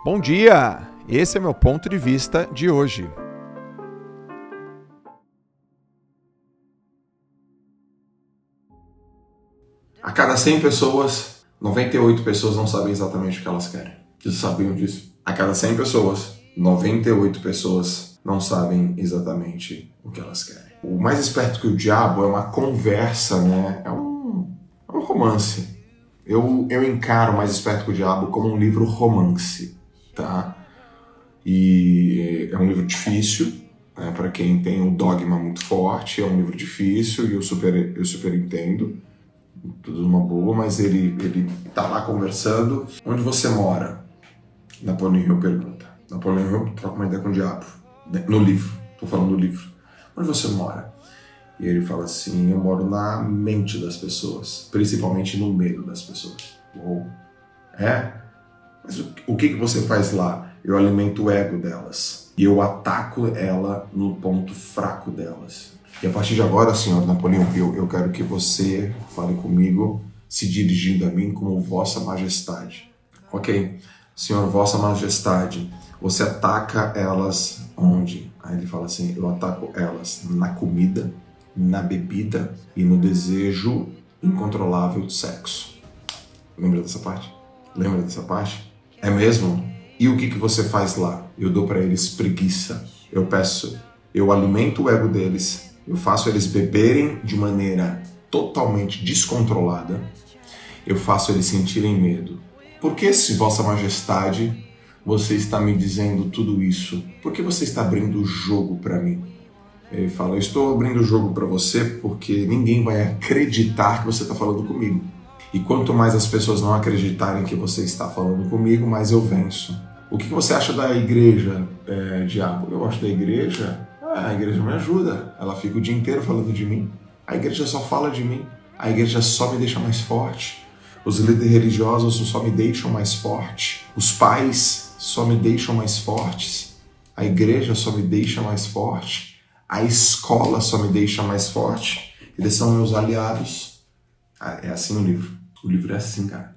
Bom dia! Esse é meu ponto de vista de hoje. A cada 100 pessoas, 98 pessoas não sabem exatamente o que elas querem. Vocês sabiam disso? A cada 100 pessoas, 98 pessoas não sabem exatamente o que elas querem. O mais esperto que o diabo é uma conversa, né? É um romance. Eu encaro o Mais Esperto que o Diabo como um livro romance, tá? E é um livro difícil, né? Para quem tem um dogma muito forte, é um livro difícil e eu super entendo. Tudo numa boa, mas ele tá lá conversando. Onde você mora? Napoleão Hill pergunta. Napoleão Hill troca uma ideia com o diabo. No livro, tô falando do livro. Onde você mora? E ele fala assim, eu moro na mente das pessoas, principalmente no medo das pessoas. Uou. É? Mas o que você faz lá? Eu alimento o ego delas. E eu ataco ela no ponto fraco delas. E a partir de agora, senhor Napoleão Hill, eu quero que você fale comigo, se dirigindo a mim como Vossa Majestade. Ok, senhor Vossa Majestade, você ataca elas onde? Aí ele fala assim, eu ataco elas na comida, na bebida e no desejo incontrolável de sexo. Lembra dessa parte? Lembra dessa parte? É mesmo? E o que você faz lá? Eu dou para eles preguiça. Eu alimento o ego deles. Eu faço eles beberem de maneira totalmente descontrolada. Eu faço eles sentirem medo. Por que, se Vossa Majestade, você está me dizendo tudo isso? Por que você está abrindo o jogo para mim? Ele fala, eu estou abrindo o jogo para você porque ninguém vai acreditar que você está falando comigo. E quanto mais as pessoas não acreditarem que você está falando comigo, mais eu venço. O que você acha da igreja, diabo? Eu gosto da igreja. A igreja me ajuda. Ela fica o dia inteiro falando de mim. A igreja só fala de mim. A igreja só me deixa mais forte. Os líderes religiosos só me deixam mais forte. Os pais só me deixam mais fortes. A igreja só me deixa mais forte. A escola só me deixa mais forte. Eles são meus aliados. É assim o livro. O livro é assim, cara.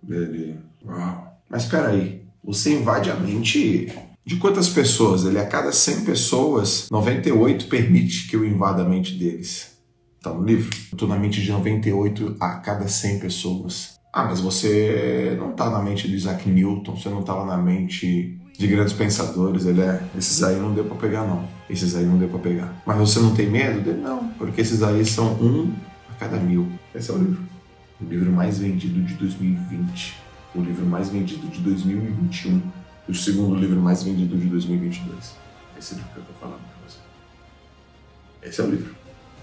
Uau. Mas espera aí. Você invade a mente de quantas pessoas? A cada 100 pessoas, 98 permite que eu invada a mente deles. Tá no livro? Eu tô na mente de 98 a cada 100 pessoas. Mas você não tá na mente do Isaac Newton. Você não tava na mente de grandes pensadores. Esses aí não deu pra pegar, não. Esses aí não deu pra pegar. Mas você não tem medo dele? Não. Porque esses aí são 1 a cada 1000. Esse é o livro. O livro mais vendido de 2020. O livro mais vendido de 2021. E o segundo livro mais vendido de 2022. Esse livro que eu tô falando pra você. Esse é o livro.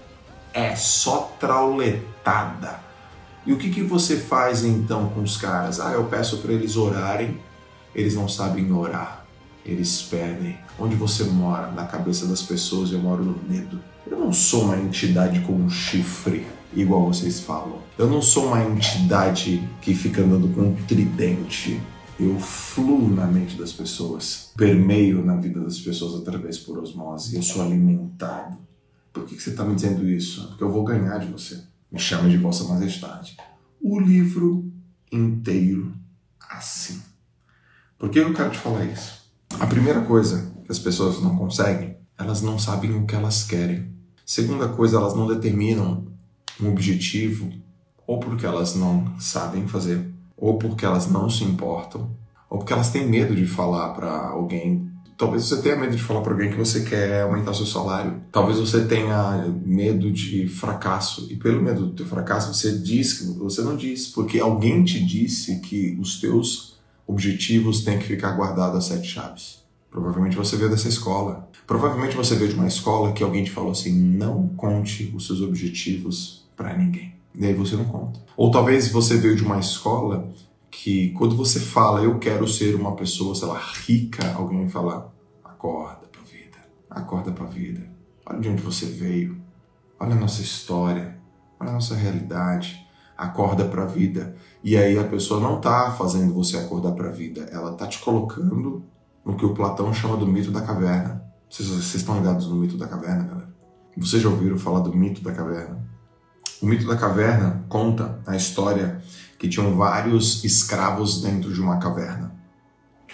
É só trauletada. E o que você faz então com os caras? Eu peço para eles orarem. Eles não sabem orar. Eles perdem. Onde você mora? Na cabeça das pessoas. Eu moro no medo. Eu não sou uma entidade com um chifre, igual vocês falam. Eu não sou uma entidade que fica andando com um tridente. Eu fluo na mente das pessoas. Permeio na vida das pessoas através por osmose. Eu sou alimentado. Por que você está me dizendo isso? Porque eu vou ganhar de você. Me chama de Vossa Majestade. O livro inteiro assim. Por que eu quero te falar isso? A primeira coisa que as pessoas não conseguem, elas não sabem o que elas querem. Segunda coisa, elas não determinam um objetivo, ou porque elas não sabem fazer, ou porque elas não se importam, ou porque elas têm medo de falar para alguém. Talvez você tenha medo de falar para alguém que você quer aumentar seu salário. Talvez você tenha medo de fracasso. E pelo medo do teu fracasso, você diz que você não diz, porque alguém te disse que os teus objetivos têm que ficar guardados a 7 chaves. Provavelmente você veio dessa escola. Provavelmente você veio de uma escola que alguém te falou assim, não conte os seus objetivos para ninguém. E aí você não conta. Ou talvez você veio de uma escola que quando você fala, eu quero ser uma pessoa, sei lá, rica, alguém vai falar, acorda pra vida. Acorda pra vida. Olha de onde você veio. Olha a nossa história. Olha a nossa realidade. Acorda pra vida. E aí a pessoa não tá fazendo você acordar pra vida. Ela tá te colocando no que o Platão chama do mito da caverna. Vocês estão ligados no mito da caverna, galera? Vocês já ouviram falar do mito da caverna? O mito da caverna conta a história que tinham vários escravos dentro de uma caverna.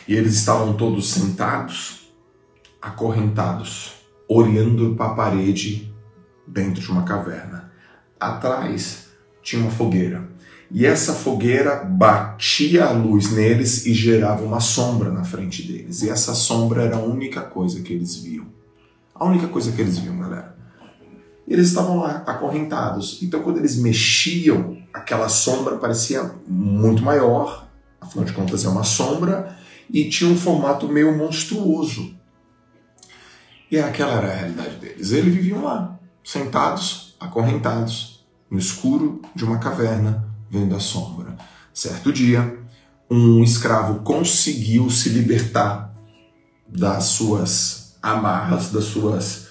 E eles estavam todos sentados, acorrentados, olhando para a parede dentro de uma caverna. Atrás tinha uma fogueira. E essa fogueira batia a luz neles e gerava uma sombra na frente deles. E essa sombra era a única coisa que eles viam. A única coisa que eles viam, galera. E eles estavam lá, acorrentados. Então, quando eles mexiam, aquela sombra parecia muito maior. Afinal de contas, é uma sombra. E tinha um formato meio monstruoso. E aquela era a realidade deles. Eles viviam lá, sentados, acorrentados, no escuro de uma caverna, vendo a sombra. Certo dia, um escravo conseguiu se libertar das suas amarras, das suas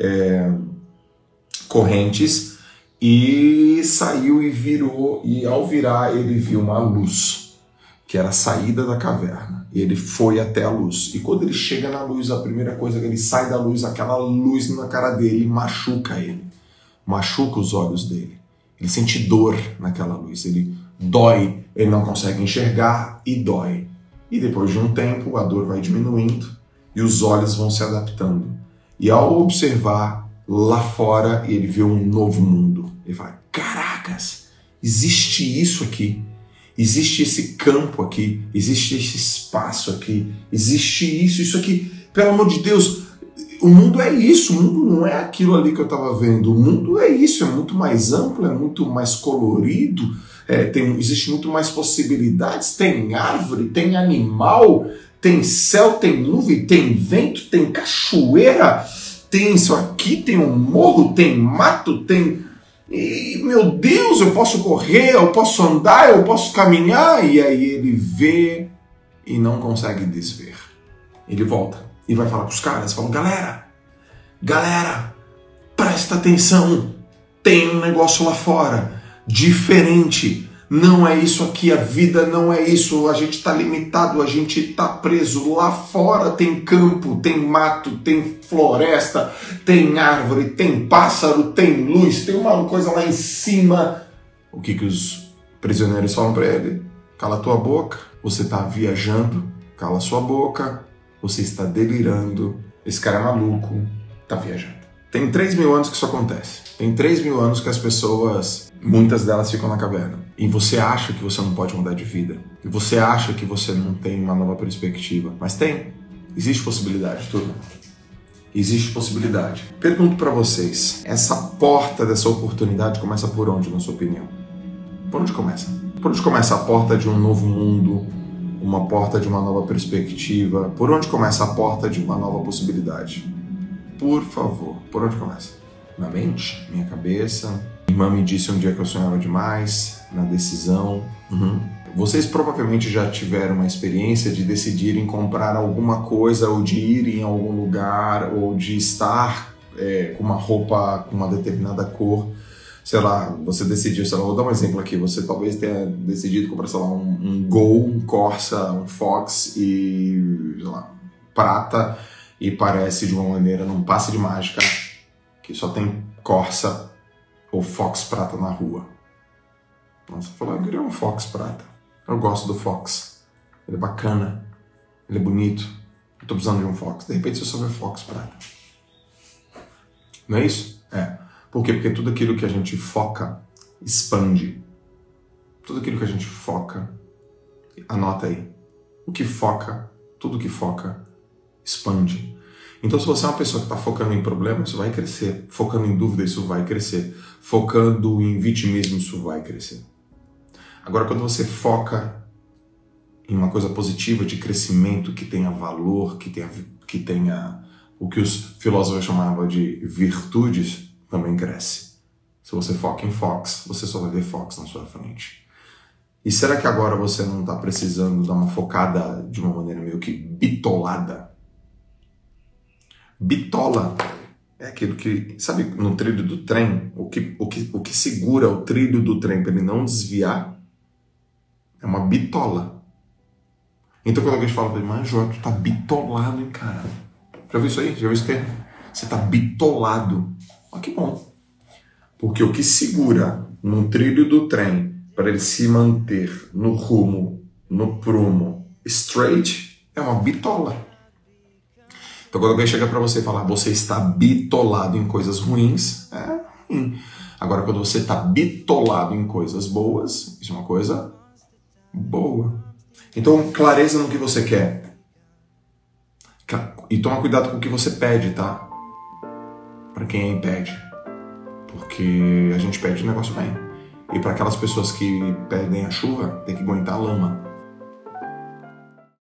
correntes, e saiu e virou, e ao virar ele viu uma luz, que era a saída da caverna. E ele foi até a luz. E quando ele chega na luz, a primeira coisa que ele sai da luz, aquela luz na cara dele machuca ele. Machuca os olhos dele. Ele sente dor naquela luz, ele dói, ele não consegue enxergar e dói. E depois de um tempo, a dor vai diminuindo e os olhos vão se adaptando. E ao observar lá fora, ele vê um novo mundo. Ele fala, caracas, existe isso aqui. Existe esse campo aqui, existe esse espaço aqui, existe isso aqui. Pelo amor de Deus, o mundo é isso, o mundo não é aquilo ali que eu estava vendo. O mundo é isso, é muito mais amplo, é muito mais colorido, existe muito mais possibilidades. Tem árvore, tem animal, tem céu, tem nuvem, tem vento, tem cachoeira, tem isso aqui, tem um morro, tem mato, tem... E, meu Deus, eu posso correr, eu posso andar, eu posso caminhar. E aí ele vê e não consegue desver. Ele volta e vai falar para os caras, fala, galera, presta atenção, tem um negócio lá fora, diferente, não é isso aqui, a vida não é isso, a gente está limitado, a gente está preso, lá fora tem campo, tem mato, tem floresta, tem árvore, tem pássaro, tem luz, tem uma coisa lá em cima. O que os prisioneiros falam para ele? Cala tua boca, você está viajando, cala sua boca, você está delirando, esse cara é maluco, está viajando. Tem 3.000 anos que isso acontece. Tem 3.000 anos que as pessoas, muitas delas ficam na caverna. E você acha que você não pode mudar de vida. E você acha que você não tem uma nova perspectiva. Mas tem. Existe possibilidade, tudo. Existe possibilidade. Pergunto para vocês, essa porta dessa oportunidade começa por onde, na sua opinião? Por onde começa? Por onde começa a porta de um novo mundo, uma porta de uma nova perspectiva? Por onde começa a porta de uma nova possibilidade? Por favor, por onde começa? Na mente? Minha cabeça? Minha irmã me disse um dia que eu sonhava demais, na decisão. Vocês provavelmente já tiveram uma experiência de decidirem comprar alguma coisa, ou de ir em algum lugar, ou de estar com uma roupa com uma determinada cor. Sei lá, você decidiu, sei lá, vou dar um exemplo aqui, você talvez tenha decidido comprar, sei lá, um Gol, um Corsa, um Fox e, sei lá, prata, e parece de uma maneira, num passe de mágica, que só tem Corsa ou Fox prata na rua. Nossa, você falou, eu queria um Fox prata. Eu gosto do Fox. Ele é bacana, ele é bonito, eu tô precisando de um Fox. De repente você só vê Fox prata. Não é isso? É. Por quê? Porque tudo aquilo que a gente foca expande. Tudo aquilo que a gente foca, anota aí. O que foca, tudo que foca, expande. Então, se você é uma pessoa que está focando em problema, isso vai crescer. Focando em dúvida, isso vai crescer. Focando em vitimismo, isso vai crescer. Agora, quando você foca em uma coisa positiva, de crescimento, que tenha valor, que tenha o que os filósofos chamavam de virtudes, também cresce. Se você foca em Fox, você só vai ver Fox na sua frente. E será que agora você não está precisando dar uma focada de uma maneira meio que bitolada? Bitola é aquilo que, sabe, no trilho do trem, o que segura o trilho do trem para ele não desviar é uma bitola. Então quando alguém fala para ele, mas João, tu tá bitolado, hein, cara? Já viu isso aí? Já viu esse termo? Você tá bitolado. Olha que bom. Porque o que segura no trilho do trem para ele se manter no rumo, no prumo, straight, É uma bitola. Então quando alguém chega pra você e fala, você está bitolado em coisas ruins, é ruim. Agora quando você está bitolado em coisas boas, isso é uma coisa boa. Então clareza no que você quer. E toma cuidado com o que você pede, tá? Pra quem aí pede. Porque a gente pede o negócio bem. E para aquelas pessoas que pedem a chuva, tem que aguentar a lama.